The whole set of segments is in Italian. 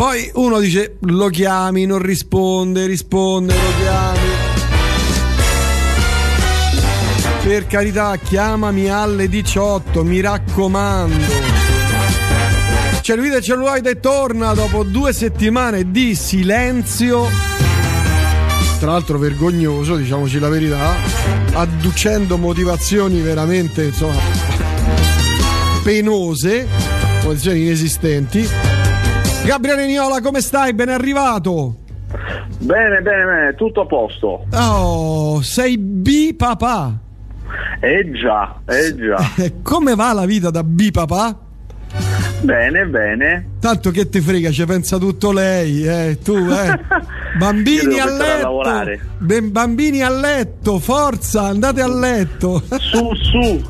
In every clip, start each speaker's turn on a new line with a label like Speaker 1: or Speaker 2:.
Speaker 1: Poi uno dice lo chiami, non risponde, lo chiami. Per carità, chiamami alle 18, mi raccomando. Cervite Celluloide e torna dopo 2 settimane di silenzio, tra l'altro vergognoso, diciamoci la verità, adducendo motivazioni veramente, insomma, penose, motivazioni inesistenti. Gabriele Niola, come stai? Ben arrivato.
Speaker 2: Bene, tutto a posto.
Speaker 1: Oh, sei bipapà.
Speaker 2: Già.
Speaker 1: Come va la vita da bipapà?
Speaker 2: Bene.
Speaker 1: Tanto che te frega, ci pensa tutto lei, tu, Bambini a letto. Bambini a letto, forza, andate a letto.
Speaker 2: Su.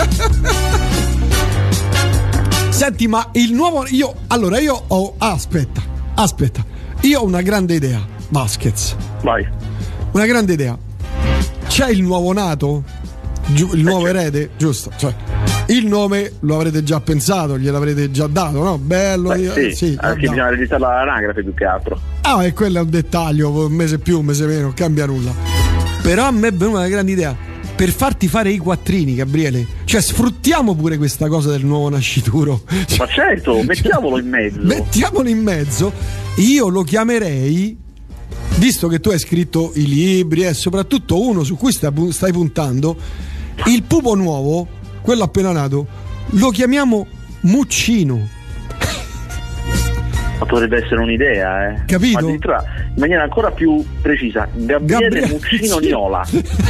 Speaker 1: Senti, ma il nuovo aspetta. Io ho una grande idea, Vasquez.
Speaker 2: Vai.
Speaker 1: Una grande idea. C'è il nuovo nato? Il nuovo erede? Giusto, cioè il nome lo avrete già pensato, gliel'avrete già dato, no? Bello.
Speaker 2: Sì, anche bisogna registrare l'anagrafe più che altro.
Speaker 1: E quello è un dettaglio, un mese più, un mese meno, non cambia nulla. Però a me è venuta una grande idea per farti fare i quattrini, Gabriele. Cioè, sfruttiamo pure questa cosa del nuovo nascituro.
Speaker 2: Ma certo, mettiamolo in mezzo.
Speaker 1: Io lo chiamerei, visto che tu hai scritto i libri e soprattutto uno su cui stai puntando, il pupo nuovo, quello appena nato, lo chiamiamo Muccino.
Speaker 2: Ma potrebbe essere un'idea,
Speaker 1: capito?
Speaker 2: Addirittura in maniera ancora più precisa, Gabriele Muccino Niola.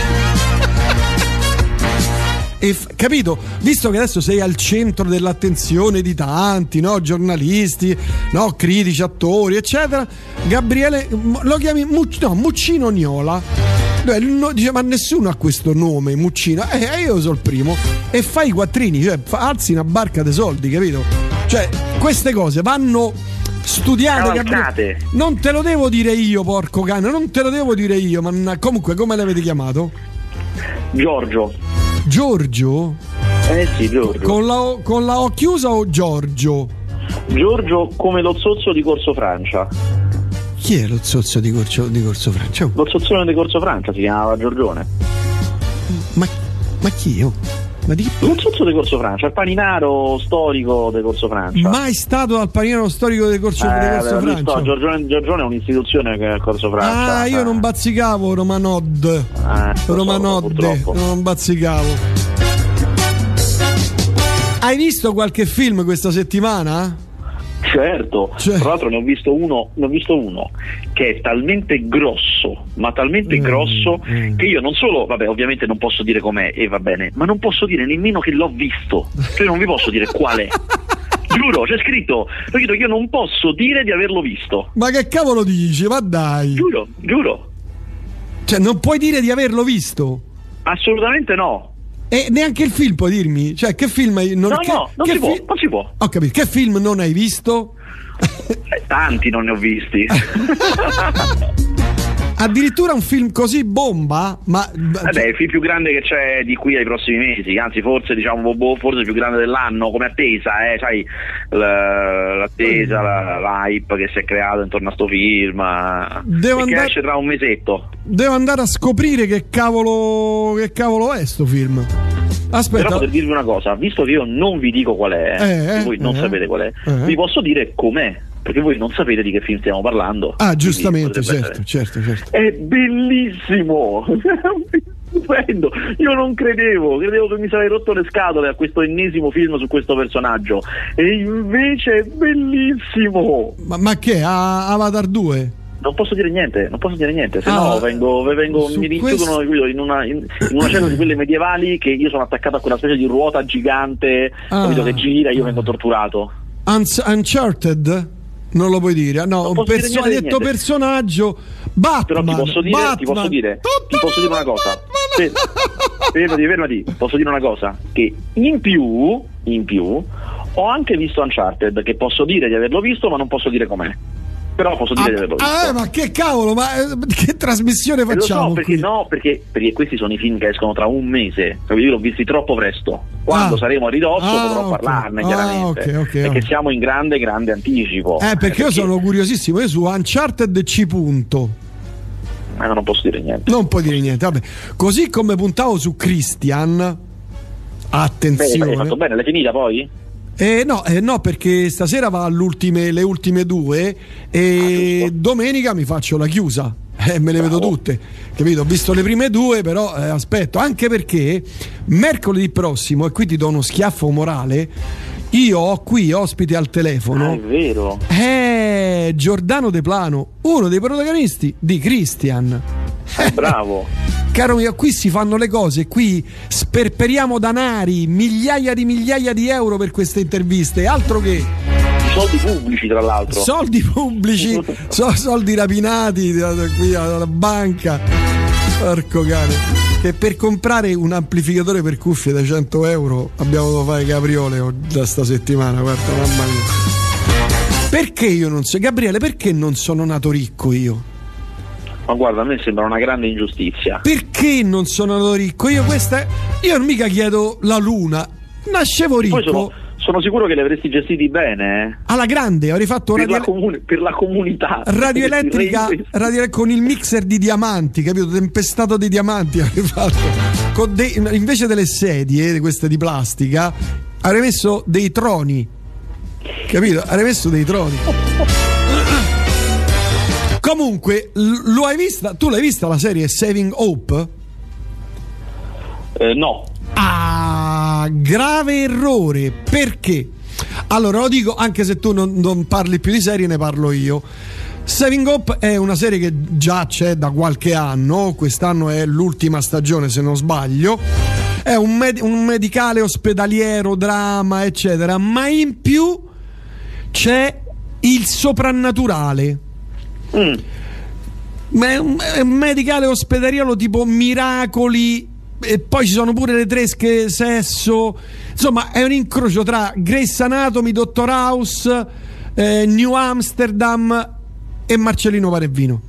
Speaker 1: Capito? Visto che adesso sei al centro dell'attenzione di tanti, no? Giornalisti, no? Critici, attori, eccetera, Gabriele lo chiami Muccino Niola. Dice, ma nessuno ha questo nome, Muccino. Io sono il primo. E fai i quattrini, cioè alzi una barca dei soldi, capito? Cioè, queste cose vanno studiate, Gabriele. Non te lo devo dire io, porco cane, non te lo devo dire io, ma comunque come l'avete chiamato?
Speaker 2: Giorgio?
Speaker 1: Sì,
Speaker 2: Giorgio.
Speaker 1: Con la O chiusa o Giorgio?
Speaker 2: Giorgio come lo zozzo di Corso Francia.
Speaker 1: Chi è lo zozzo di Corso Francia?
Speaker 2: Lo zozzone di Corso Francia si chiamava Giorgione.
Speaker 1: Ma chi?
Speaker 2: Lo zozzo di Corso Francia, il paninaro storico di Corso Francia.
Speaker 1: Mai stato al paninaro storico di Corso Francia?
Speaker 2: Giorgione è un'istituzione che è a Corso Francia.
Speaker 1: Io non bazzicavo Romanod. Non bazzicavo. Hai visto qualche film questa settimana?
Speaker 2: Certo. Tra l'altro ne ho visto uno che è talmente grosso, ma talmente grosso che io non solo, ovviamente non posso dire com'è e va bene, ma non posso dire nemmeno che l'ho visto. Cioè non vi posso dire qual è. Giuro, c'è scritto che io non posso dire di averlo visto.
Speaker 1: Ma che cavolo dici? Ma dai.
Speaker 2: Giuro.
Speaker 1: Cioè non puoi dire di averlo visto?
Speaker 2: Assolutamente no.
Speaker 1: E neanche il film puoi dirmi? Cioè che film hai...
Speaker 2: Non si può.
Speaker 1: Ho capito. Che film non hai visto?
Speaker 2: Tanti non ne ho visti.
Speaker 1: Addirittura un film così bomba?
Speaker 2: Il film più grande che c'è di qui ai prossimi mesi, anzi forse forse il più grande dell'anno come attesa, sai, l'attesa, l'hype che si è creato intorno a sto film, che esce tra un mesetto.
Speaker 1: Devo andare a scoprire che cavolo è sto film. Aspetta.
Speaker 2: Però poter dirvi una cosa, visto che io non vi dico qual è, voi non sapete qual è, vi posso dire com'è, perché voi non sapete di che film stiamo parlando.
Speaker 1: Giustamente, certo.
Speaker 2: È bellissimo. Stupendo. Io non credevo che mi sarei rotto le scatole a questo ennesimo film su questo personaggio, e invece è bellissimo.
Speaker 1: Ma che è? Avatar 2?
Speaker 2: Non posso dire niente, se no mi rinchiudono in una scena di quelle medievali, che io sono attaccato a quella specie di ruota gigante, capito, che gira, e io vengo torturato.
Speaker 1: Uncharted? Non lo puoi dire, no, un detto personaggio. Batman.
Speaker 2: Però ti posso dire una cosa. Fermati, posso dire una cosa, che in più ho anche visto Uncharted, che posso dire di averlo visto, ma non posso dire com'è. Però posso dire che l'ho visto.
Speaker 1: Ma che cavolo, ma che trasmissione facciamo?
Speaker 2: Lo so, perché questi sono i film che escono tra un mese. Io l'ho visti troppo presto. Quando saremo a ridosso potrò parlarne, chiaramente. Perché siamo in grande anticipo.
Speaker 1: Perché io sono curiosissimo. Io su Uncharted ci punto.
Speaker 2: Ma non posso dire niente.
Speaker 1: Non puoi dire niente, vabbè. Così come puntavo su Christian. Attenzione.
Speaker 2: Hai fatto bene, l'hai finita poi?
Speaker 1: No, perché stasera va le ultime 2 e domenica mi faccio la chiusa. Me le vedo tutte, capito? Ho visto le prime 2, però aspetto, anche perché mercoledì prossimo, e qui ti do uno schiaffo morale, io ho qui ospite al telefono.
Speaker 2: È vero.
Speaker 1: Giordano De Plano, uno dei protagonisti di Christian.
Speaker 2: Bravo.
Speaker 1: Caro mio, qui si fanno le cose, qui sperperiamo danari, migliaia di euro per queste interviste, altro che
Speaker 2: soldi pubblici, tra l'altro.
Speaker 1: Soldi pubblici, soldi rapinati qui alla banca. Porco cane. Che per comprare un amplificatore per cuffie da 100 euro abbiamo dovuto fare capriole da sta settimana, guarda, mamma mia. Perché io non so, Gabriele, perché non sono nato ricco io?
Speaker 2: Ma guarda, a me sembra una grande ingiustizia.
Speaker 1: Perché non sono nato ricco? Io non mica chiedo la luna. Nascevo ricco.
Speaker 2: Poi sono sicuro che li avresti gestiti bene.
Speaker 1: Alla grande, avrei fatto
Speaker 2: per la comunità.
Speaker 1: Radio elettrica con il mixer di diamanti, capito? Tempestato di diamanti avrei fatto. Invece delle sedie, queste di plastica, avrei messo dei troni. Capito? Avrei messo dei troni. Comunque, lo hai vista? Tu l'hai vista la serie Saving Hope?
Speaker 2: No.
Speaker 1: Grave errore. Perché? Allora lo dico, anche se tu non parli più di serie, ne parlo io. Saving Hope è una serie che già c'è da qualche anno. Quest'anno è l'ultima stagione, se non sbaglio. È un medicale ospedaliero, drama, eccetera. Ma in più c'è il soprannaturale. Ma è un medicale ospedaliero tipo miracoli, e poi ci sono pure le tresche sesso, insomma è un incrocio tra Grey's Anatomy, Dottor House, New Amsterdam e Marcellino Parevino.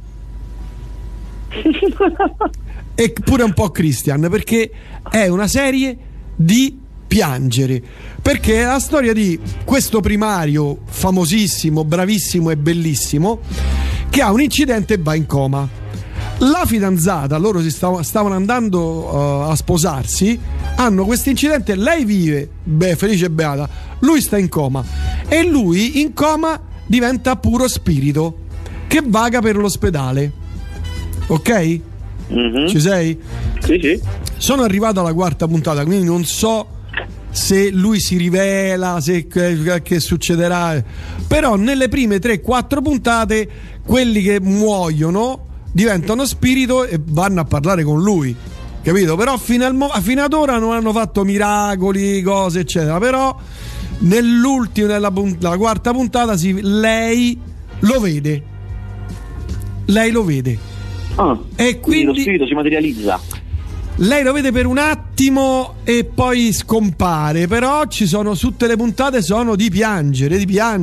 Speaker 1: E pure un po' Christian, perché è una serie di piangere, perché è la storia di questo primario famosissimo, bravissimo e bellissimo, che ha un incidente e va in coma. La fidanzata, loro stavano andando a sposarsi, hanno questo incidente, lei vive felice e beata, lui sta in coma e lui in coma diventa puro spirito che vaga per l'ospedale. Ok? Mm-hmm. Ci sei?
Speaker 2: Sì.
Speaker 1: Sono arrivato alla 4ª puntata, quindi non so se lui si rivela, che succederà, però nelle prime 3-4 puntate quelli che muoiono diventano spirito e vanno a parlare con lui, capito? Però fino ad ora non hanno fatto miracoli, cose eccetera, però nella 4ª puntata lei lo vede e quindi
Speaker 2: lo spirito si materializza.
Speaker 1: Lei lo vede per un attimo e poi scompare, però ci sono tutte le puntate sono di piangere.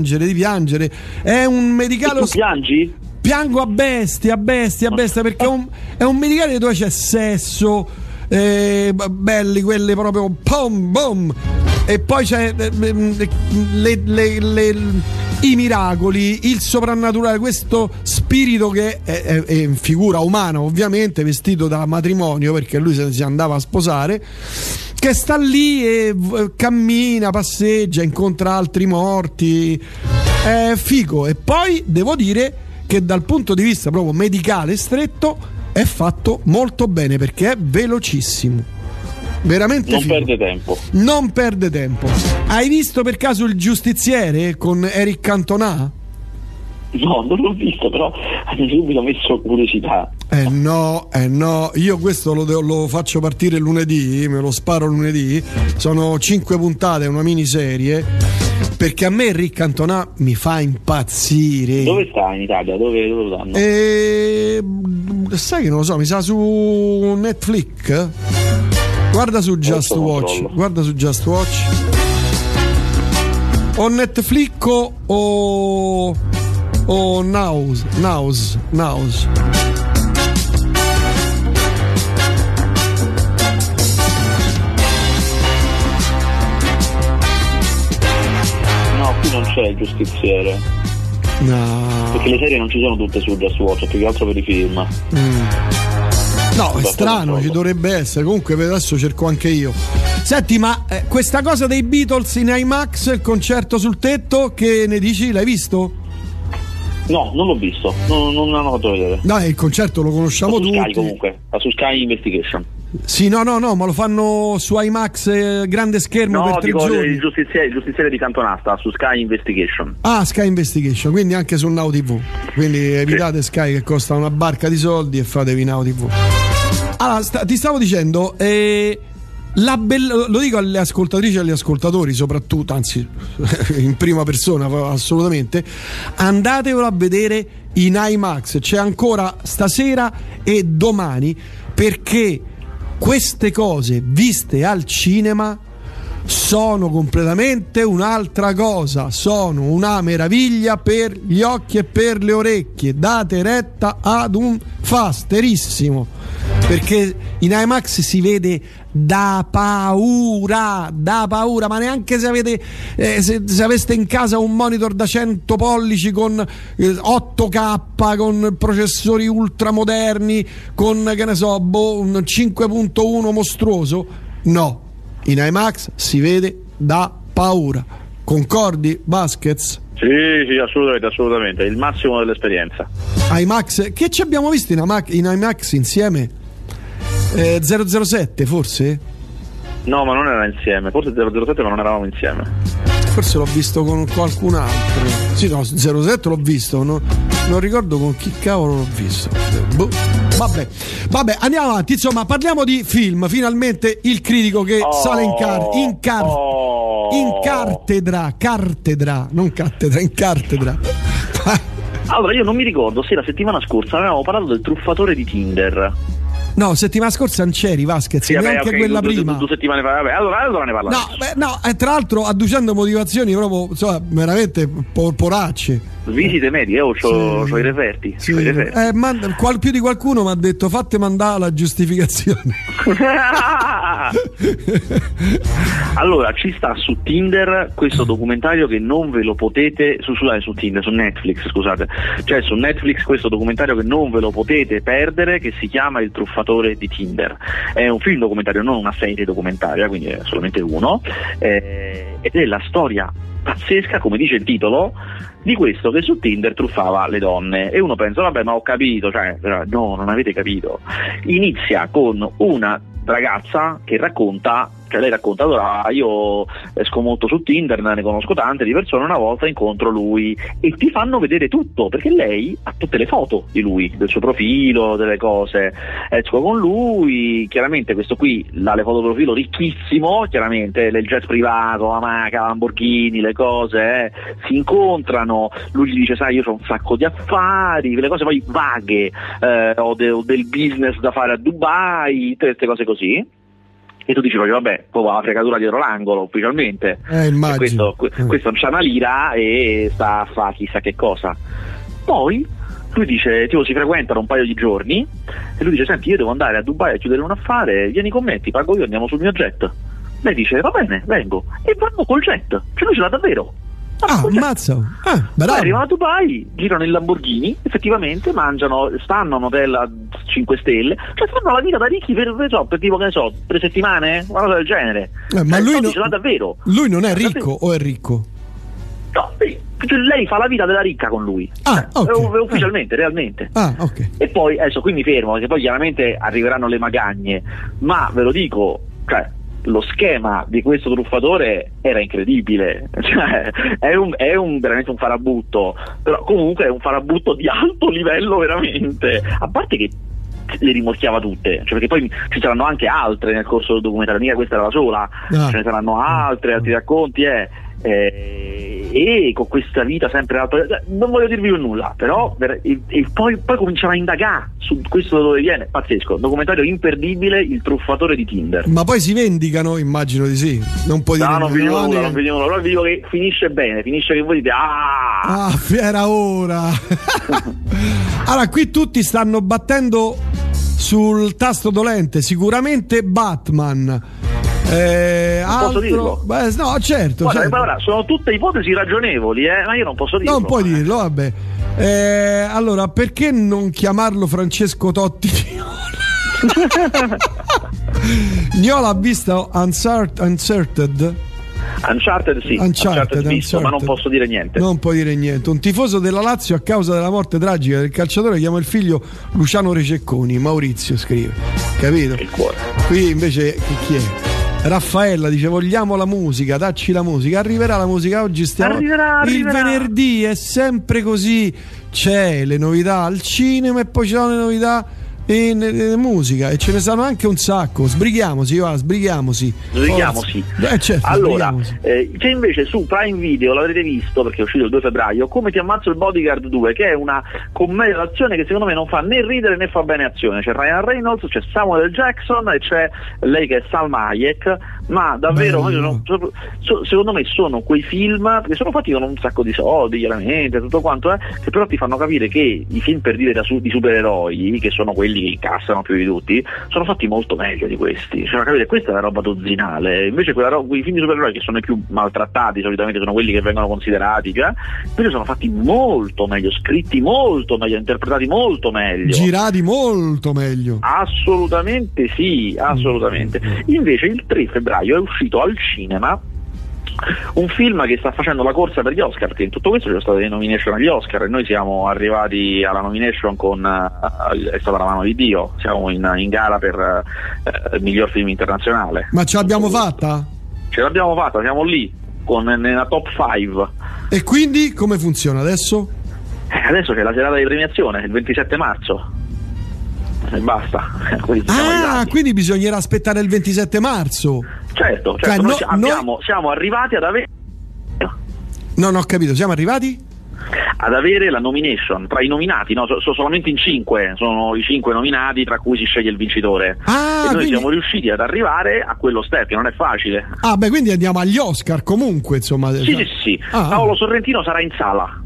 Speaker 1: È un medicale.
Speaker 2: E tu piangi?
Speaker 1: Piango a bestia, perché è un medicale dove c'è sesso, belli quelli proprio pom bom, e poi c'è i miracoli, il soprannaturale, questo spirito che è in figura umana, ovviamente vestito da matrimonio, perché lui si andava a sposare, che sta lì e cammina, passeggia, incontra altri morti, è figo. E poi devo dire che dal punto di vista proprio medicale stretto è fatto molto bene, perché è velocissimo, veramente non perde tempo. Hai visto per caso Il Giustiziere con Eric Cantona?
Speaker 2: No, non l'ho visto, però mi subito messo curiosità.
Speaker 1: No, io questo lo faccio partire lunedì, me lo sparo lunedì. Sono 5 puntate, una miniserie, perché a me Eric Cantona mi fa impazzire.
Speaker 2: Dove sta in Italia? Dove lo danno?
Speaker 1: Sai che non lo so, mi sa su Netflix. Guarda su Just Watch. O Netflix o o Naus.
Speaker 2: No, qui non c'è il giustiziere.
Speaker 1: No.
Speaker 2: Perché le serie non ci sono tutte su Just Watch, più che altro per i film.
Speaker 1: No, è strano, ci dovrebbe essere. Comunque per adesso cerco anche io. Senti, ma questa cosa dei Beatles in IMAX, il concerto sul tetto, che ne dici? L'hai visto?
Speaker 2: No, non l'ho visto, non l'hanno fatto vedere.
Speaker 1: No, il concerto lo conosciamo tutti.
Speaker 2: Sky comunque, su Sky Investigation.
Speaker 1: Sì, no, ma lo fanno su IMAX grande schermo per 3 giorni.
Speaker 2: Il giustiziere di Cantonasta su Sky Investigation.
Speaker 1: Ah, Sky Investigation, quindi anche su Now TV. Quindi evitate Sky che costa una barca di soldi e fatevi Now TV. Allora, ti stavo dicendo, lo dico alle ascoltatrici e agli ascoltatori soprattutto, anzi in prima persona assolutamente, andatevelo a vedere in IMAX, c'è ancora stasera e domani, perché queste cose viste al cinema sono completamente un'altra cosa, sono una meraviglia per gli occhi e per le orecchie. Date retta ad un fasterissimo, perché in IMAX si vede da paura, ma neanche se avete se aveste in casa un monitor da 100 pollici con 8K, con processori ultramoderni, con che ne so, un 5.1 mostruoso. No, in IMAX si vede da paura. Concordi, Vasquez?
Speaker 2: Sì, assolutamente, il massimo dell'esperienza.
Speaker 1: IMAX, che ci abbiamo visto in IMAX insieme? 007 forse?
Speaker 2: No, ma non era insieme, forse 007, ma non eravamo insieme.
Speaker 1: Forse l'ho visto con qualcun altro. Sì, no, 07 l'ho visto, no? Non ricordo con chi cavolo l'ho visto. Vabbè, andiamo avanti. Insomma, parliamo di film. Finalmente il critico che sale in cattedra.
Speaker 2: Allora, io non mi ricordo se la settimana scorsa avevamo parlato del truffatore di Tinder.
Speaker 1: No, settimana scorsa non c'eri, Vasquez, sì, neanche quella prima.
Speaker 2: 2 settimane fa, vabbè, allora ne parliamo.
Speaker 1: No, tra l'altro adducendo motivazioni proprio, insomma, veramente poracce.
Speaker 2: Visite medie, c'ho i referti.
Speaker 1: Sì. Più di qualcuno mi ha detto fate mandare la giustificazione.
Speaker 2: Allora, ci sta su Tinder questo documentario che non ve lo potete su Netflix, scusate. Cioè su Netflix questo documentario che non ve lo potete perdere, che si chiama Il truffatore di Tinder. È un film documentario, non una serie documentaria, quindi è solamente uno. Ed è la storia pazzesca, come dice il titolo, di questo che su Tinder truffava le donne. E uno pensa, vabbè, ma ho capito, no, non avete capito. Inizia con una ragazza che racconta, lei racconta, allora io esco molto su Tinder, ne conosco tante di persone, una volta incontro lui e ti fanno vedere tutto, perché lei ha tutte le foto di lui, del suo profilo, delle cose, esco con lui, chiaramente questo qui ha le foto profilo ricchissimo, chiaramente il jet privato, la macchina, Lamborghini, le cose, si incontrano, lui gli dice sai io ho un sacco di affari, le cose poi vaghe, ho del business da fare a Dubai, tutte queste cose così. E tu dici vabbè, proprio la fregatura dietro l'angolo ufficialmente,
Speaker 1: immagino.
Speaker 2: Questo non c'ha una lira e sta a fare chissà che cosa. Poi lui dice, tipo si frequentano un paio di giorni e lui dice senti io devo andare a Dubai a chiudere un affare, vieni con me, ti pago io, andiamo sul mio jet. Lei dice va bene, vengo, e vanno col jet, cioè lui ce l'ha davvero.
Speaker 1: Ammazza.
Speaker 2: Poi arrivano a Dubai, girano in Lamborghini, effettivamente mangiano, stanno a un hotel a 5 stelle, cioè fanno la vita da ricchi per tipo che ne so, 3 settimane, una cosa del genere.
Speaker 1: Ma lui
Speaker 2: ce l'ha davvero.
Speaker 1: Lui non è ricco o è ricco?
Speaker 2: No, lei fa la vita della ricca con lui.
Speaker 1: Okay.
Speaker 2: Ufficialmente, realmente.
Speaker 1: Ok.
Speaker 2: E poi adesso qui mi fermo, perché poi chiaramente arriveranno le magagne, ma ve lo dico, lo schema di questo truffatore era incredibile, cioè è veramente un farabutto, però comunque è un farabutto di alto livello veramente, a parte che le rimorchiava tutte, cioè perché poi ci saranno anche altre nel corso del documentario, mica questa era la sola, ce ne saranno altre, altri racconti, e con questa vita sempre alta, non voglio dirvi più nulla, però e poi cominciava a indagare su questo da dove viene, pazzesco, documentario imperdibile, il truffatore di Tinder.
Speaker 1: Ma poi si vendicano, immagino di sì, non puoi dire
Speaker 2: non vi dico nulla, non vi dico nulla, però vi dico che finisce bene, finisce che voi dite
Speaker 1: era ora. Allora, qui tutti stanno battendo sul tasto dolente, sicuramente Batman.
Speaker 2: Posso dirlo?
Speaker 1: Beh, no, certo.
Speaker 2: Guarda,
Speaker 1: certo.
Speaker 2: Allora, sono tutte ipotesi ragionevoli, ma io non posso dirlo.
Speaker 1: Non puoi dirlo, vabbè. Allora, perché non chiamarlo Francesco Totti Niola ha visto Uncharted?
Speaker 2: Uncharted sì, Uncharted visto, ma non posso dire niente.
Speaker 1: Non puoi dire niente. Un tifoso della Lazio a causa della morte tragica del calciatore chiama il figlio Luciano Rececconi. Maurizio scrive, capito?
Speaker 2: Il cuore.
Speaker 1: Qui invece chi è? Raffaella dice vogliamo la musica, dacci la musica. Arriverà la musica, oggi stiamo
Speaker 2: arriverà.
Speaker 1: Il venerdì è sempre così, c'è le novità al cinema e poi ci sono le novità in musica, e ce ne sono anche un sacco. Sbrighiamoci. Certo,
Speaker 2: allora c'è invece su Prime Video, l'avrete visto perché è uscito il 2 febbraio, Come ti ammazzo il bodyguard 2, che è una commedia d'azione che secondo me non fa né ridere né fa bene azione. C'è Ryan Reynolds, c'è Samuel L. Jackson e c'è lei che è Salma Hayek, ma davvero secondo me sono quei film che sono fatti con un sacco di soldi, chiaramente, tutto quanto, che però ti fanno capire che i film, per dire, di supereroi, che sono quelli che incassano più di tutti, sono fatti molto meglio di questi. Cioè, capite, questa è la roba dozzinale. Invece quei film di supereroi che sono i più maltrattati solitamente sono quelli che vengono considerati, invece sono fatti molto meglio, scritti molto meglio, interpretati molto meglio,
Speaker 1: girati molto meglio.
Speaker 2: Assolutamente sì, assolutamente. Invece il 3 febbraio è uscito al cinema un film che sta facendo la corsa per gli Oscar, perché in tutto questo ci sono state le nomination agli Oscar e noi siamo arrivati alla nomination con È stata la mano di Dio, siamo in gara per il miglior film internazionale.
Speaker 1: Ma ce l'abbiamo fatta?
Speaker 2: Ce l'abbiamo fatta, siamo lì nella top 5.
Speaker 1: E quindi come funziona adesso?
Speaker 2: Adesso c'è la serata di premiazione, il 27 marzo e basta.
Speaker 1: Quindi bisognerà aspettare il 27 marzo.
Speaker 2: Certo, siamo arrivati ad avere.
Speaker 1: Non ho capito, siamo arrivati
Speaker 2: ad avere la nomination tra i nominati, no? Sono solamente in 5, sono i 5 nominati tra cui si sceglie il vincitore. E noi siamo riusciti ad arrivare a quello step, che non è facile.
Speaker 1: Quindi andiamo agli Oscar comunque, insomma.
Speaker 2: Sì. Paolo Sorrentino sarà in sala.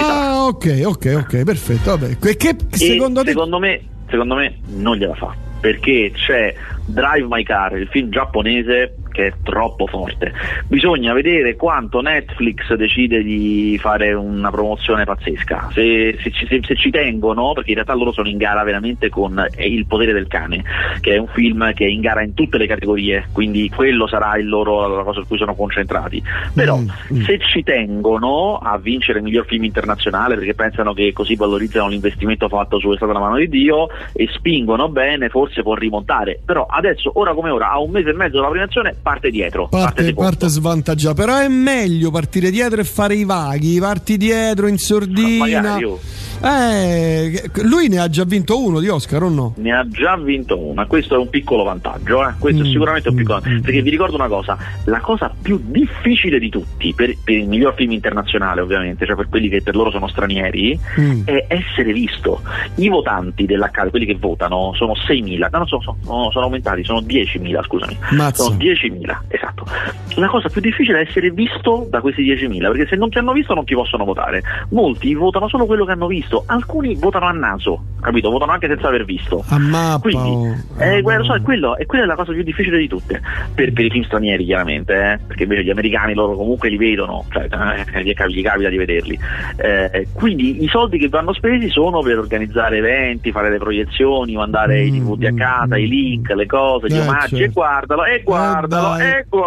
Speaker 1: Ok, perfetto. Vabbè.
Speaker 2: Secondo me non gliela fa, perché c'è Drive My Car, il film giapponese, che è troppo forte. Bisogna vedere quanto Netflix decide di fare una promozione pazzesca, se ci tengono, perché in realtà loro sono in gara veramente con Il potere del cane, che è un film che è in gara in tutte le categorie, quindi quello sarà la cosa su cui sono concentrati. Però se ci tengono a vincere il miglior film internazionale, perché pensano che così valorizzano l'investimento fatto su È stata la mano di Dio e spingono bene, forse può rimontare. Però adesso, ora come ora, a un mese e mezzo dalla premiazione, parte dietro,
Speaker 1: parte svantaggiata. Però è meglio partire dietro e fare i vaghi, parti dietro in sordina. Lui ne ha già vinto uno di Oscar o no?
Speaker 2: Ne ha già vinto una, questo è un piccolo vantaggio, questo è sicuramente un piccolo vantaggio, perché vi ricordo una cosa, la cosa più difficile di tutti per il miglior film internazionale, ovviamente, cioè per quelli che per loro sono stranieri, è essere visto. I votanti dell'Accademia, quelli che votano, sono 6.000, sono aumentati, sono 10.000, scusami. Sono 10.000, esatto. La cosa più difficile è essere visto da questi 10.000, perché se non ti hanno visto non ti possono votare. Molti votano solo quello che hanno visto, alcuni votano a naso, capito? Votano anche senza aver visto.
Speaker 1: A mappa.
Speaker 2: Quindi, lo so, quella è la cosa più difficile di tutte per i film stranieri, chiaramente, perché invece gli americani loro comunque li vedono, cioè gli capita di vederli. Quindi i soldi che vanno spesi sono per organizzare eventi, fare le proiezioni, mandare i DVD a casa, i link, le cose, gli omaggi, certo. e guardalo.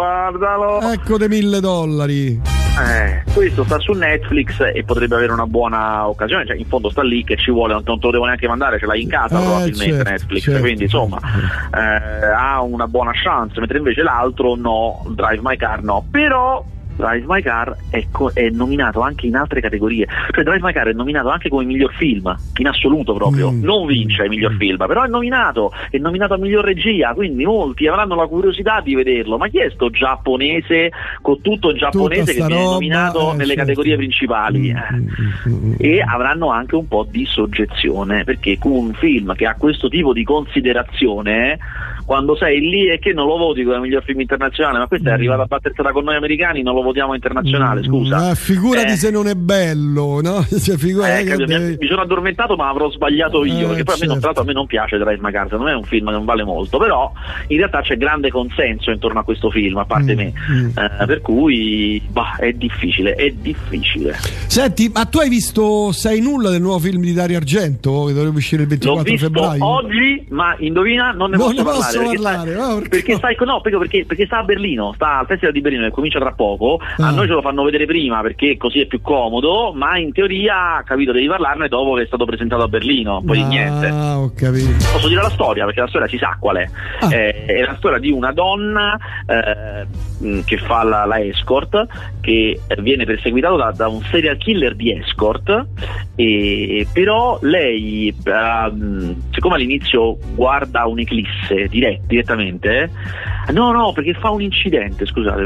Speaker 1: Ecco dei $1.000.
Speaker 2: Questo sta su Netflix e potrebbe avere una buona occasione, cioè in fondo sta lì, che ci vuole, non te lo devo neanche mandare, ce l'hai in casa probabilmente, certo, Netflix, certo. Quindi insomma ha una buona chance, mentre invece l'altro no, Drive My Car no. Però Drive My Car è nominato anche in altre categorie, cioè Drive My Car è nominato anche come miglior film in assoluto proprio, non vince il miglior film, però è nominato a miglior regia, quindi molti avranno la curiosità di vederlo. Ma chi è sto giapponese con tutto giapponese che viene nominato nelle categorie principali? E avranno anche un po' di soggezione, perché con un film che ha questo tipo di considerazione, quando sei lì e che non lo voti come miglior film internazionale, ma questo è arrivato a battersela con noi americani, non lo votiamo internazionale, scusa.
Speaker 1: Figurati se non è bello, no? Cioè,
Speaker 2: mi sono addormentato, ma avrò sbagliato io, perché poi a me non piace Drive My Car, secondo me è un film che non vale molto, però in realtà c'è grande consenso intorno a questo film, a parte me, per cui è difficile.
Speaker 1: Senti, ma tu hai visto Sei nulla del nuovo film di Dario Argento che dovrebbe uscire il 24 febbraio?
Speaker 2: L'ho visto oggi, ma indovina, non ne posso parlare. Perché sta a Berlino, sta al Festival di Berlino che comincia tra poco. A noi ce lo fanno vedere prima perché così è più comodo, ma in teoria, capito, devi parlarne dopo che è stato presentato a Berlino, poi niente.
Speaker 1: Ho capito.
Speaker 2: Posso dire la storia, perché la storia si sa qual è. È la storia di una donna che fa la escort, che viene perseguitato da un serial killer di escort, e però lei siccome all'inizio guarda un'eclisse direttamente, perché fa un incidente,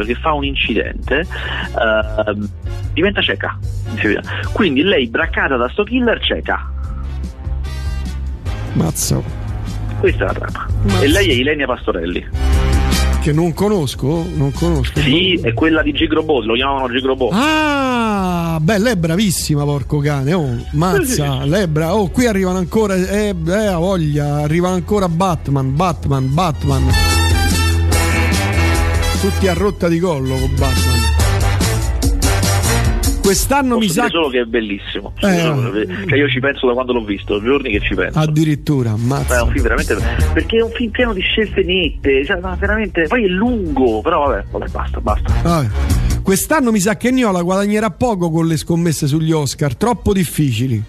Speaker 2: diventa cieca, quindi lei, braccata da sto killer, cieca.
Speaker 1: Mazzo.
Speaker 2: Questa è la trama. E lei è Ilenia Pastorelli,
Speaker 1: che non conosco.
Speaker 2: Sì, è quella di Gigrobot, lo chiamavano Gigrobot.
Speaker 1: Lei è bravissima, porco cane. Mazza, sì. Lei è brava. Qui arrivano ancora, ha voglia, arrivano ancora Batman. Tutti a rotta di collo con Batman. Quest'anno mi sa
Speaker 2: solo che è bellissimo, cioè io ci penso da quando l'ho visto, giorni che ci penso.
Speaker 1: Addirittura, mazza.
Speaker 2: È un film veramente, perché è un film pieno di scelte nette, cioè veramente, poi è lungo, però vabbè, basta.
Speaker 1: Quest'anno mi sa che Niola guadagnerà poco con le scommesse sugli Oscar, troppo difficili.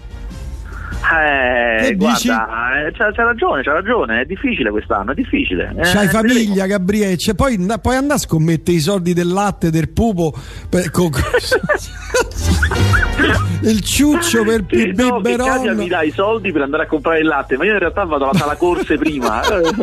Speaker 2: Guarda, c'ha ragione, è difficile quest'anno, è difficile.
Speaker 1: C'hai famiglia, Gabriele, poi andare a scommettere i soldi del latte del pupo il ciuccio per il biberon.
Speaker 2: Mi dai i soldi per andare a comprare il latte, ma io in realtà vado alla sala corse prima.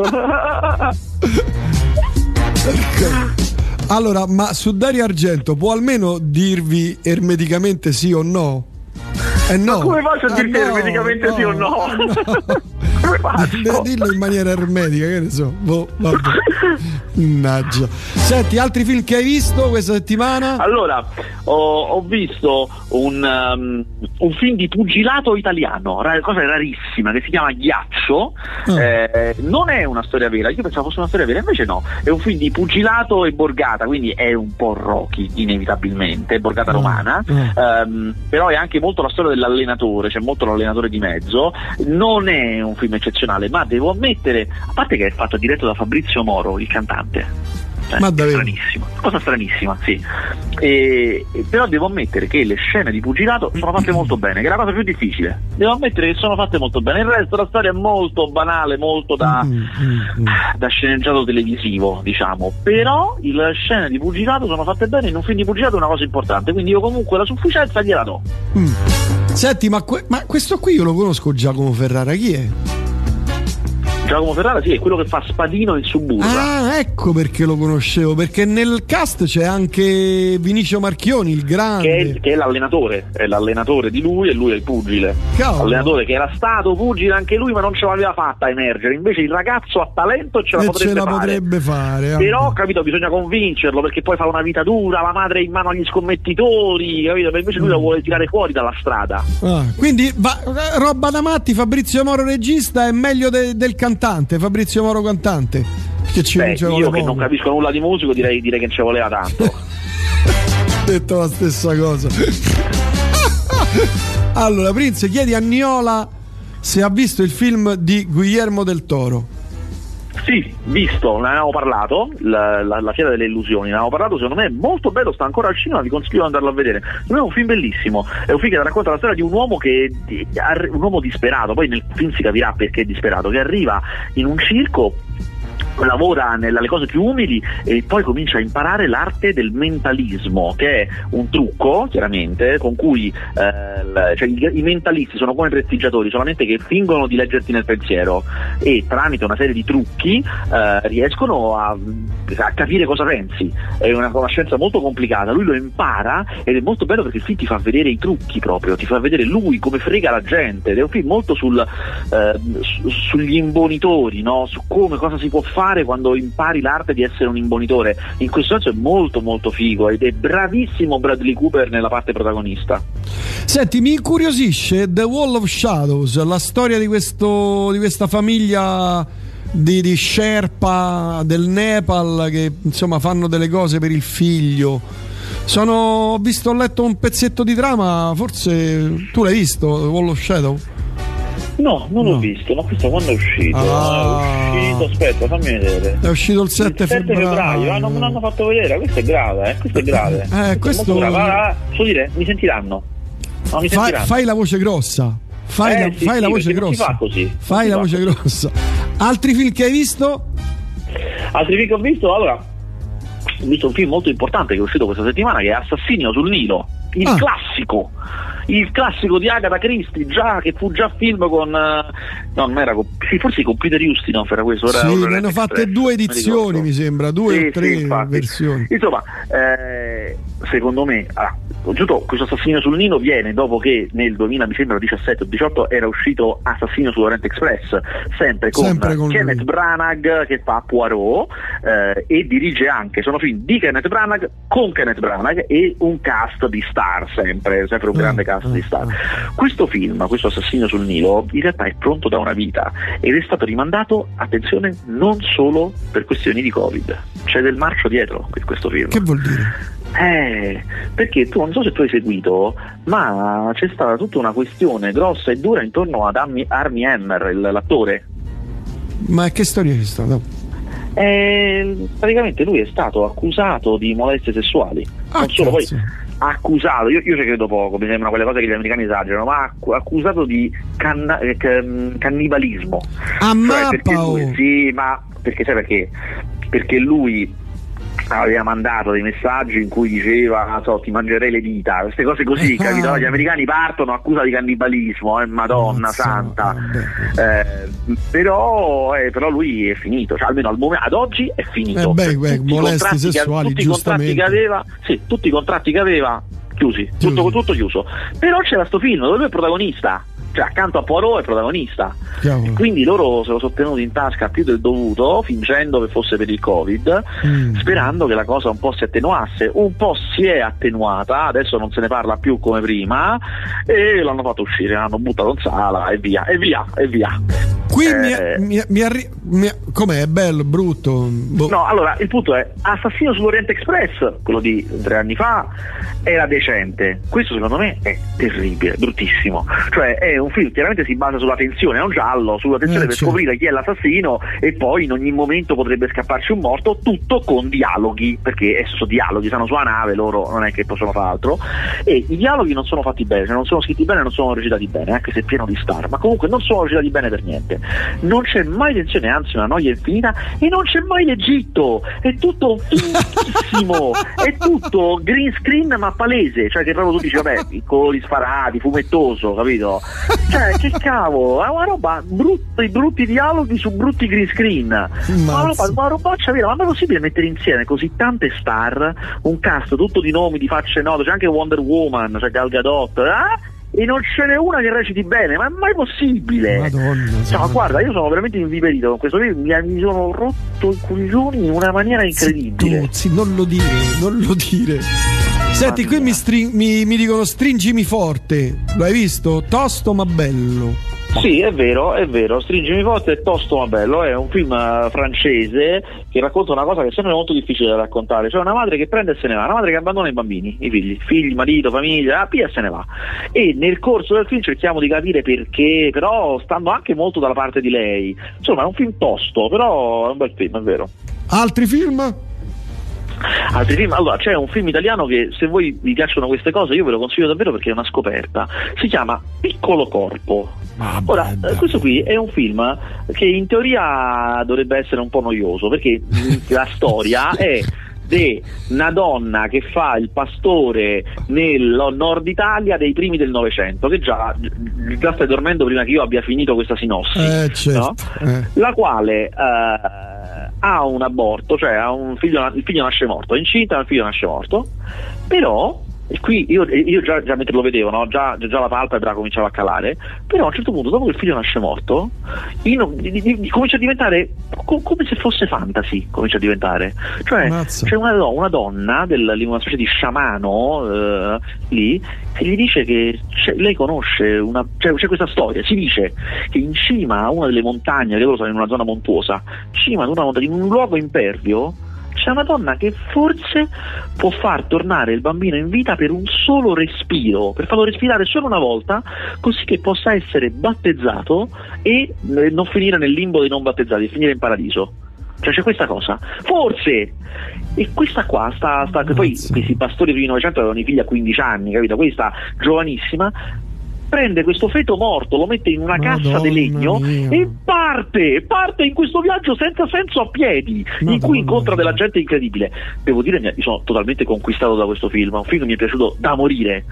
Speaker 1: Allora, ma su Dario Argento può almeno dirvi ermeticamente sì o no? No.
Speaker 2: Ma come faccio a dirti ermeticamente sì o no? Come faccio?
Speaker 1: Dillo in maniera ermetica, che ne so. Vabbè. Mannaggia. Senti, altri film che hai visto questa settimana?
Speaker 2: Allora, ho visto un film di pugilato italiano, cosa rarissima, che si chiama Ghiaccio. Non è una storia vera, io pensavo fosse una storia vera, invece no, è un film di pugilato e borgata, quindi è un po' Rocky inevitabilmente, borgata romana, però è anche molto la storia dell'allenatore, c'è molto l'allenatore di mezzo. Non è un film eccezionale, ma devo ammettere, a parte che è fatto diretto da Fabrizio Moro, il cantante,
Speaker 1: ma davvero?
Speaker 2: Cosa stranissima, sì. Però devo ammettere che le scene di pugilato sono fatte molto bene, che è la cosa più difficile. Devo ammettere che sono fatte molto bene. Il resto della storia è molto banale, molto da sceneggiato televisivo, diciamo. Però le scene di pugilato sono fatte bene. In un film di pugilato è una cosa importante, quindi io comunque la sufficienza gliela do.
Speaker 1: Senti, ma questo qui io lo conosco, Giacomo Ferrara, chi è?
Speaker 2: Giacomo Ferrara, sì, è quello che fa Spadino in Suburra.
Speaker 1: Ecco perché lo conoscevo, perché nel cast c'è anche Vinicio Marchioni, il grande,
Speaker 2: che è l'allenatore, di lui, e lui è il pugile. Allenatore che era stato pugile anche lui, ma non ce l'aveva fatta emergere. Invece il ragazzo ha talento e ce la potrebbe fare. Però, capito, bisogna convincerlo, perché poi fa una vita dura, la madre è in mano agli scommettitori, capito? Invece lui la vuole tirare fuori dalla strada.
Speaker 1: Quindi roba da matti. Fabrizio Moro regista è meglio del cantante, Fabrizio Moro cantante, che
Speaker 2: io che non capisco nulla di musico direi che ci voleva tanto.
Speaker 1: Ho detto la stessa cosa. Allora, Prince, chiedi a Niola se ha visto il film di Guillermo del Toro.
Speaker 2: Sì, visto, ne avevamo parlato, la Fiera delle Illusioni, ne avevamo parlato, secondo me è molto bello, sta ancora al cinema, vi consiglio di andarlo a vedere. Secondo me è un film bellissimo, è un film che racconta la storia di un uomo un uomo disperato, poi nel film si capirà perché è disperato, che arriva in un circo lavora nelle cose più umili e poi comincia a imparare l'arte del mentalismo, che è un trucco chiaramente con cui cioè i mentalisti sono come prestigiatori, solamente che fingono di leggerti nel pensiero e tramite una serie di trucchi riescono a capire cosa pensi. È una scienza molto complicata, lui lo impara ed è molto bello perché il film ti fa vedere i trucchi proprio, ti fa vedere lui come frega la gente, ed è un film molto sugli imbonitori, no? Su cosa si può fare quando impari l'arte di essere un imbonitore. In questo senso è molto molto figo ed è bravissimo Bradley Cooper nella parte protagonista.
Speaker 1: Senti, mi incuriosisce The Wall of Shadows, la storia di questa famiglia di Sherpa del Nepal che insomma fanno delle cose per il figlio. Ho letto un pezzetto di trama, forse tu l'hai visto The Wall of Shadows?
Speaker 2: No, non l'ho visto, ma questo quando è uscito? È uscito, aspetta, fammi vedere.
Speaker 1: È uscito il 7 febbraio.
Speaker 2: Non me l'hanno fatto vedere, questo è grave, questo è grave.
Speaker 1: Questo
Speaker 2: so dire, mi sentiranno. No, mi sentiranno.
Speaker 1: Fai la voce grossa. Fai la voce grossa.
Speaker 2: Si fa così.
Speaker 1: Fai la voce grossa. Altri film che hai visto?
Speaker 2: Altri film che ho visto? Allora, ho visto un film molto importante che è uscito questa settimana, che è Assassinio sul Nilo, il classico di Agatha Christie, che fu già film con forse con Peter Ustinov era questo.
Speaker 1: Ne hanno fatte 2 edizioni, mi sembra, 2 o 3 versioni.
Speaker 2: Insomma, secondo me questo Assassinio sul Nilo viene dopo che nel 2000, mi sembra 17 o 18, era uscito Assassinio sull'Orient Express, sempre con Kenneth Branagh che fa Poirot e dirige anche. Sono film di Kenneth Branagh con Kenneth Branagh e un cast di star, sempre un grande cast di star. Questo film, questo Assassinio sul Nilo, in realtà è pronto da una vita ed è stato rimandato, attenzione, non solo per questioni di Covid. C'è del marcio dietro questo film.
Speaker 1: Che vuol dire?
Speaker 2: Perché tu non so se tu hai seguito, ma c'è stata tutta una questione grossa e dura intorno ad Armie Hammer, l'attore.
Speaker 1: Ma che storia è stata?
Speaker 2: Praticamente lui è stato accusato di molestie sessuali. Non solo, poi accusato, io ci credo poco, mi sembrano quelle cose che gli americani esagerano, ma accusato di cannibalismo. Perché sai perché? Perché lui aveva mandato dei messaggi in cui diceva ti mangerei le dita, queste cose così, capito? Gli americani partono, accusa di cannibalismo, Madonna santa. Però lui è finito, cioè almeno ad oggi è finito.
Speaker 1: Molestie sessuali,
Speaker 2: tutti i contratti che aveva chiusi. Tutto chiuso. Però c'era sto film dove lui è protagonista, cioè accanto a Poirot è protagonista. E quindi loro se lo sono tenuti in tasca più del dovuto, fingendo che fosse per il Covid, sperando che la cosa un po' si attenuasse. Un po' si è attenuata, adesso non se ne parla più come prima e l'hanno fatto uscire, l'hanno buttato in sala e via.
Speaker 1: Qui com'è? È bello, brutto?
Speaker 2: No, allora il punto è Assassino sull'Orient Express, quello di 3 anni fa, era decente. Questo secondo me è terribile, bruttissimo. Cioè è un film, chiaramente si basa sulla tensione, è un giallo, sulla tensione per scoprire chi è l'assassino e poi in ogni momento potrebbe scapparci un morto, tutto con dialoghi, perché sono dialoghi, stanno sulla nave, loro non è che possono fare altro, e i dialoghi non sono fatti bene, cioè non sono scritti bene, non sono recitati bene, anche se è pieno di star, ma comunque non sono recitati bene per niente. Non c'è mai tensione, anzi una noia infinita, e non c'è mai l'Egitto, è tutto finissimo, è tutto green screen ma palese, cioè che proprio tu dici vabbè, i colori sparati, fumettoso, capito? Cioè che cavolo, è una roba brutti dialoghi su brutti green screen, una robaccia vera. Ma non è possibile mettere insieme così tante star, un cast tutto di nomi, di facce note, c'è anche Wonder Woman, c'è Gal Gadot, e non ce n'è una che reciti bene, ma è mai possibile? Madonna, guarda, io sono veramente inviperito con questo film, mi sono rotto i coglioni in una maniera incredibile.
Speaker 1: Non lo dire. Senti, qui mi dicono stringimi forte, lo hai visto? Tosto ma bello.
Speaker 2: Sì, è vero, Stringimi forte è tosto ma bello, è un film francese che racconta una cosa che è sempre molto difficile da raccontare, cioè una madre che prende e se ne va, una madre che abbandona i bambini, i figli, marito, famiglia, e se ne va. E nel corso del film cerchiamo di capire perché, però stando anche molto dalla parte di lei. Insomma, è un film tosto, però è un bel film, è vero.
Speaker 1: Altri film?
Speaker 2: Altri film, allora c'è un film italiano che, se voi vi piacciono queste cose, io ve lo consiglio davvero perché è una scoperta. Si chiama Piccolo Corpo. Ora, questo qui è un film che in teoria dovrebbe essere un po' noioso, perché la storia è di una donna che fa il pastore nel nord Italia dei primi del Novecento, che già stai dormendo prima che io abbia finito questa sinossi,
Speaker 1: certo.
Speaker 2: No? La quale ha un aborto, cioè ha un figlio, il figlio nasce morto, è incinta, il figlio nasce morto, però, e qui io già mentre lo vedevo, no? già la palpebra cominciava a calare, però a un certo punto, dopo che il figlio nasce morto, comincia a diventare come se fosse fantasy, comincia a diventare, cioè c'è una donna una specie di sciamano lì, che gli dice che lei conosce c'è questa storia, si dice che in cima a una delle montagne, che loro sono in una zona montuosa, cima ad una montagna, in un luogo impervio, c'è una donna che forse può far tornare il bambino in vita per un solo respiro, per farlo respirare solo una volta, così che possa essere battezzato e non finire nel limbo dei non battezzati, finire in paradiso. Cioè c'è questa cosa, forse, e questa qua che poi questi pastori primi Novecento avevano i figli a 15 anni, capito? Questa giovanissima prende questo feto morto, lo mette in una cassa di legno e parte in questo viaggio senza senso a piedi, in cui incontra della gente incredibile. Devo dire, mi sono totalmente conquistato da questo film, un film che mi è piaciuto da morire,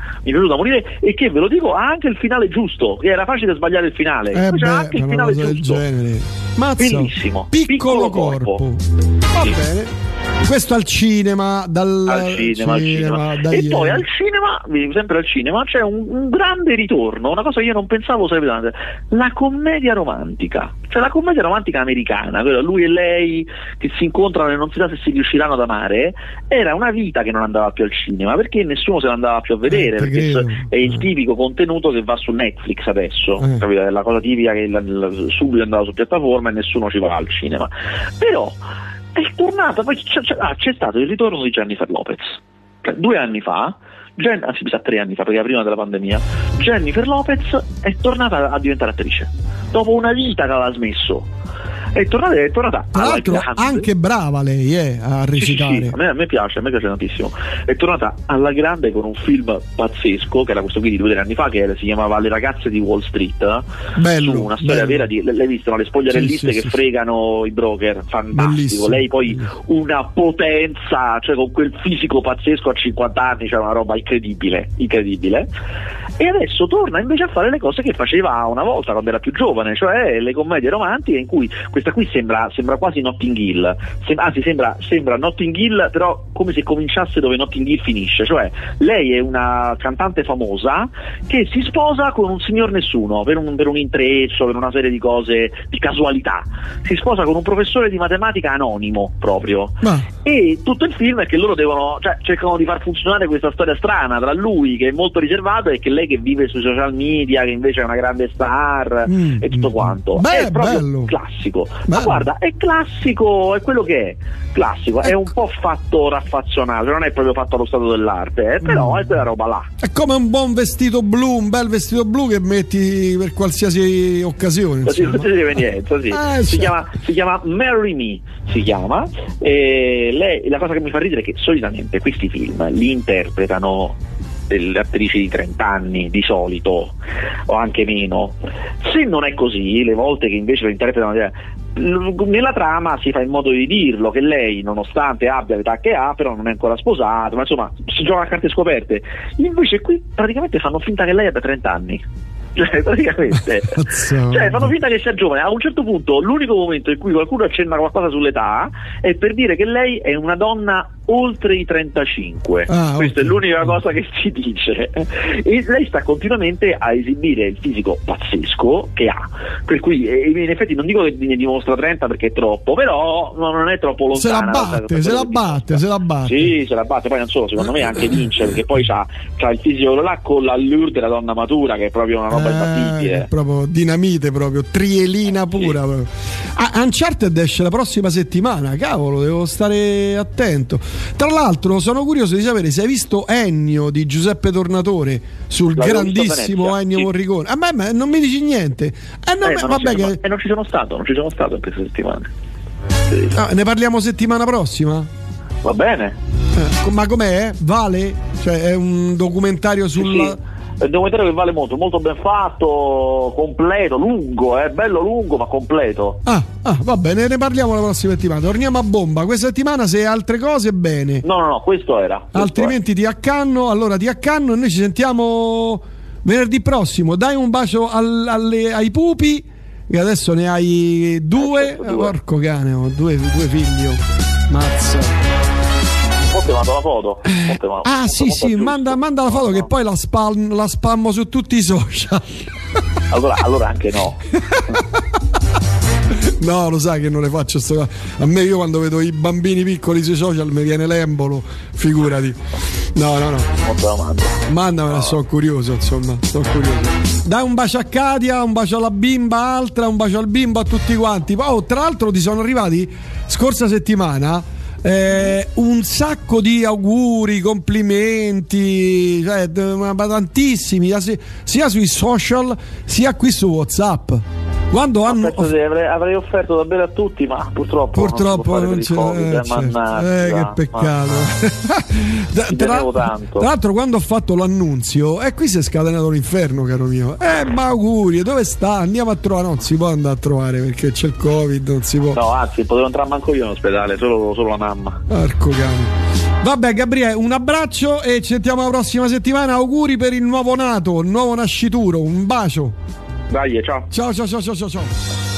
Speaker 2: e che, ve lo dico, ha anche il finale giusto, che era facile sbagliare il finale, c'è anche il finale giusto. Benissimo.
Speaker 1: Piccolo corpo. Va bene. Questo al cinema,
Speaker 2: al cinema. E poi al cinema, sempre al cinema, c'è un grande ritorno, una cosa che io non pensavo sarebbe tante, la commedia romantica, cioè la commedia romantica americana, lui e lei che si incontrano e non si sa se si riusciranno ad amare. Era una vita che non andava più al cinema, perché nessuno se ne andava più a vedere, perché è il tipico contenuto che va su Netflix adesso, capito? È la cosa tipica che subito andava su piattaforma e nessuno ci va al cinema. Però è tornata, poi c'è stato il ritorno di Jennifer Lopez, 2 anni fa, anzi mi sa 3 anni fa, perché era prima della pandemia. Jennifer Lopez è tornata a diventare attrice dopo una vita che aveva smesso. È tornata
Speaker 1: tra l'altro anche brava lei a recitare.
Speaker 2: Sì, a me piace tantissimo. È tornata alla grande con un film pazzesco, che era questo qui di 2 anni fa, che si chiamava Le ragazze di Wall Street.
Speaker 1: Bello,
Speaker 2: su una storia vera l'hai visto, no? Le spogliarelliste che fregano i broker, fantastico. Bellissimo. Lei poi una potenza, cioè con quel fisico pazzesco a 50 anni, cioè una roba incredibile. E adesso torna invece a fare le cose che faceva una volta quando era più giovane, cioè le commedie romantiche, in cui questa qui sembra quasi Notting Hill, anzi sembra Notting Hill, però come se cominciasse dove Notting Hill finisce. Cioè lei è una cantante famosa che si sposa con un signor nessuno per un intreccio, per una serie di cose, di casualità. Si sposa con un professore di matematica anonimo proprio. E tutto il film è che loro cercano di far funzionare questa storia strana tra lui, che è molto riservato, e che lei che vive sui social media, che invece è una grande star, e tutto quanto. È proprio bello. Classico. Ma guarda, è classico, è quello che è classico, è un po' fatto raffazzonato, non è proprio fatto allo stato dell'arte, però è quella roba là.
Speaker 1: È come un buon vestito blu, un bel vestito blu che metti per qualsiasi occasione.
Speaker 2: Qualsiasi evenienza, sì. Si chiama Marry Me, si chiama. E lei, la cosa che mi fa ridere è che solitamente questi film li interpretano delle attrici di 30 anni di solito, o anche meno. Se non è così, le volte che invece lo interpretano, nella trama si fa in modo di dirlo, che lei, nonostante abbia l'età che ha, però non è ancora sposata, ma insomma si gioca a carte scoperte. Invece qui praticamente fanno finta che lei abbia 30 anni. Praticamente fanno finta che sia giovane. A un certo punto l'unico momento in cui qualcuno accenna qualcosa sull'età è per dire che lei è una donna oltre i 35. Questa è l'unica cosa che si dice, e lei sta continuamente a esibire il fisico pazzesco che ha, per cui in effetti non dico che ne dimostra 30 perché è troppo, però non è troppo lontana.
Speaker 1: Se la batte.
Speaker 2: Sì, se la batte. Poi non solo, secondo me anche vince, perché poi c'ha il fisico là con l'allure della donna matura, che è proprio una roba imbattibile,
Speaker 1: proprio dinamite, proprio trielina pura. Sì. Uncharted esce la prossima settimana, cavolo, devo stare attento. Tra l'altro sono curioso di sapere se hai visto Ennio di Giuseppe Tornatore sul grandissimo Ennio Morricone. A me non mi dici niente.
Speaker 2: Non ci sono stato in queste settimane.
Speaker 1: Ne parliamo settimana prossima?
Speaker 2: Va bene.
Speaker 1: Ma com'è? Vale? Cioè è un documentario sulla...
Speaker 2: Sì. È un documentario che vale molto, molto ben fatto, completo, lungo, bello lungo ma completo.
Speaker 1: Va bene, ne parliamo la prossima settimana. Torniamo a bomba. Questa settimana se hai altre cose bene.
Speaker 2: No, questo era.
Speaker 1: Altrimenti ti accanno, allora ti accanno e noi ci sentiamo venerdì prossimo. Dai un bacio ai pupi, che adesso ne hai due. Porco cane, ho due figli. Mazza.
Speaker 2: Poi ti mando la foto.
Speaker 1: Sì, manda la foto che poi la spammo su tutti i social.
Speaker 2: Allora anche no.
Speaker 1: No, lo sai che non le faccio a me, io quando vedo i bambini piccoli sui social mi viene l'embolo, figurati. No. Mandamela, sono curioso, insomma, Dai un bacio a Katia, un bacio alla bimba altra, un bacio al bimbo, a tutti quanti. Tra l'altro ti sono arrivati scorsa settimana un sacco di auguri, complimenti, cioè, tantissimi, sia sui social sia qui su WhatsApp. Quando
Speaker 2: avrei offerto da bere a tutti, ma purtroppo non c'è.
Speaker 1: Che peccato. Tra l'altro, quando ho fatto l'annunzio, qui si è scatenato l'inferno, caro mio. Ma auguri, dove sta? Andiamo a trovare. Non si può andare a trovare perché c'è il Covid, non si può.
Speaker 2: No, anzi, potevo entrare manco io in ospedale, solo la mamma.
Speaker 1: Porco cane. Vabbè, Gabriele, un abbraccio e ci sentiamo la prossima settimana. Auguri per il nuovo nato, il nuovo nascituro. Un bacio.
Speaker 2: Dai, ciao.
Speaker 1: Ciao.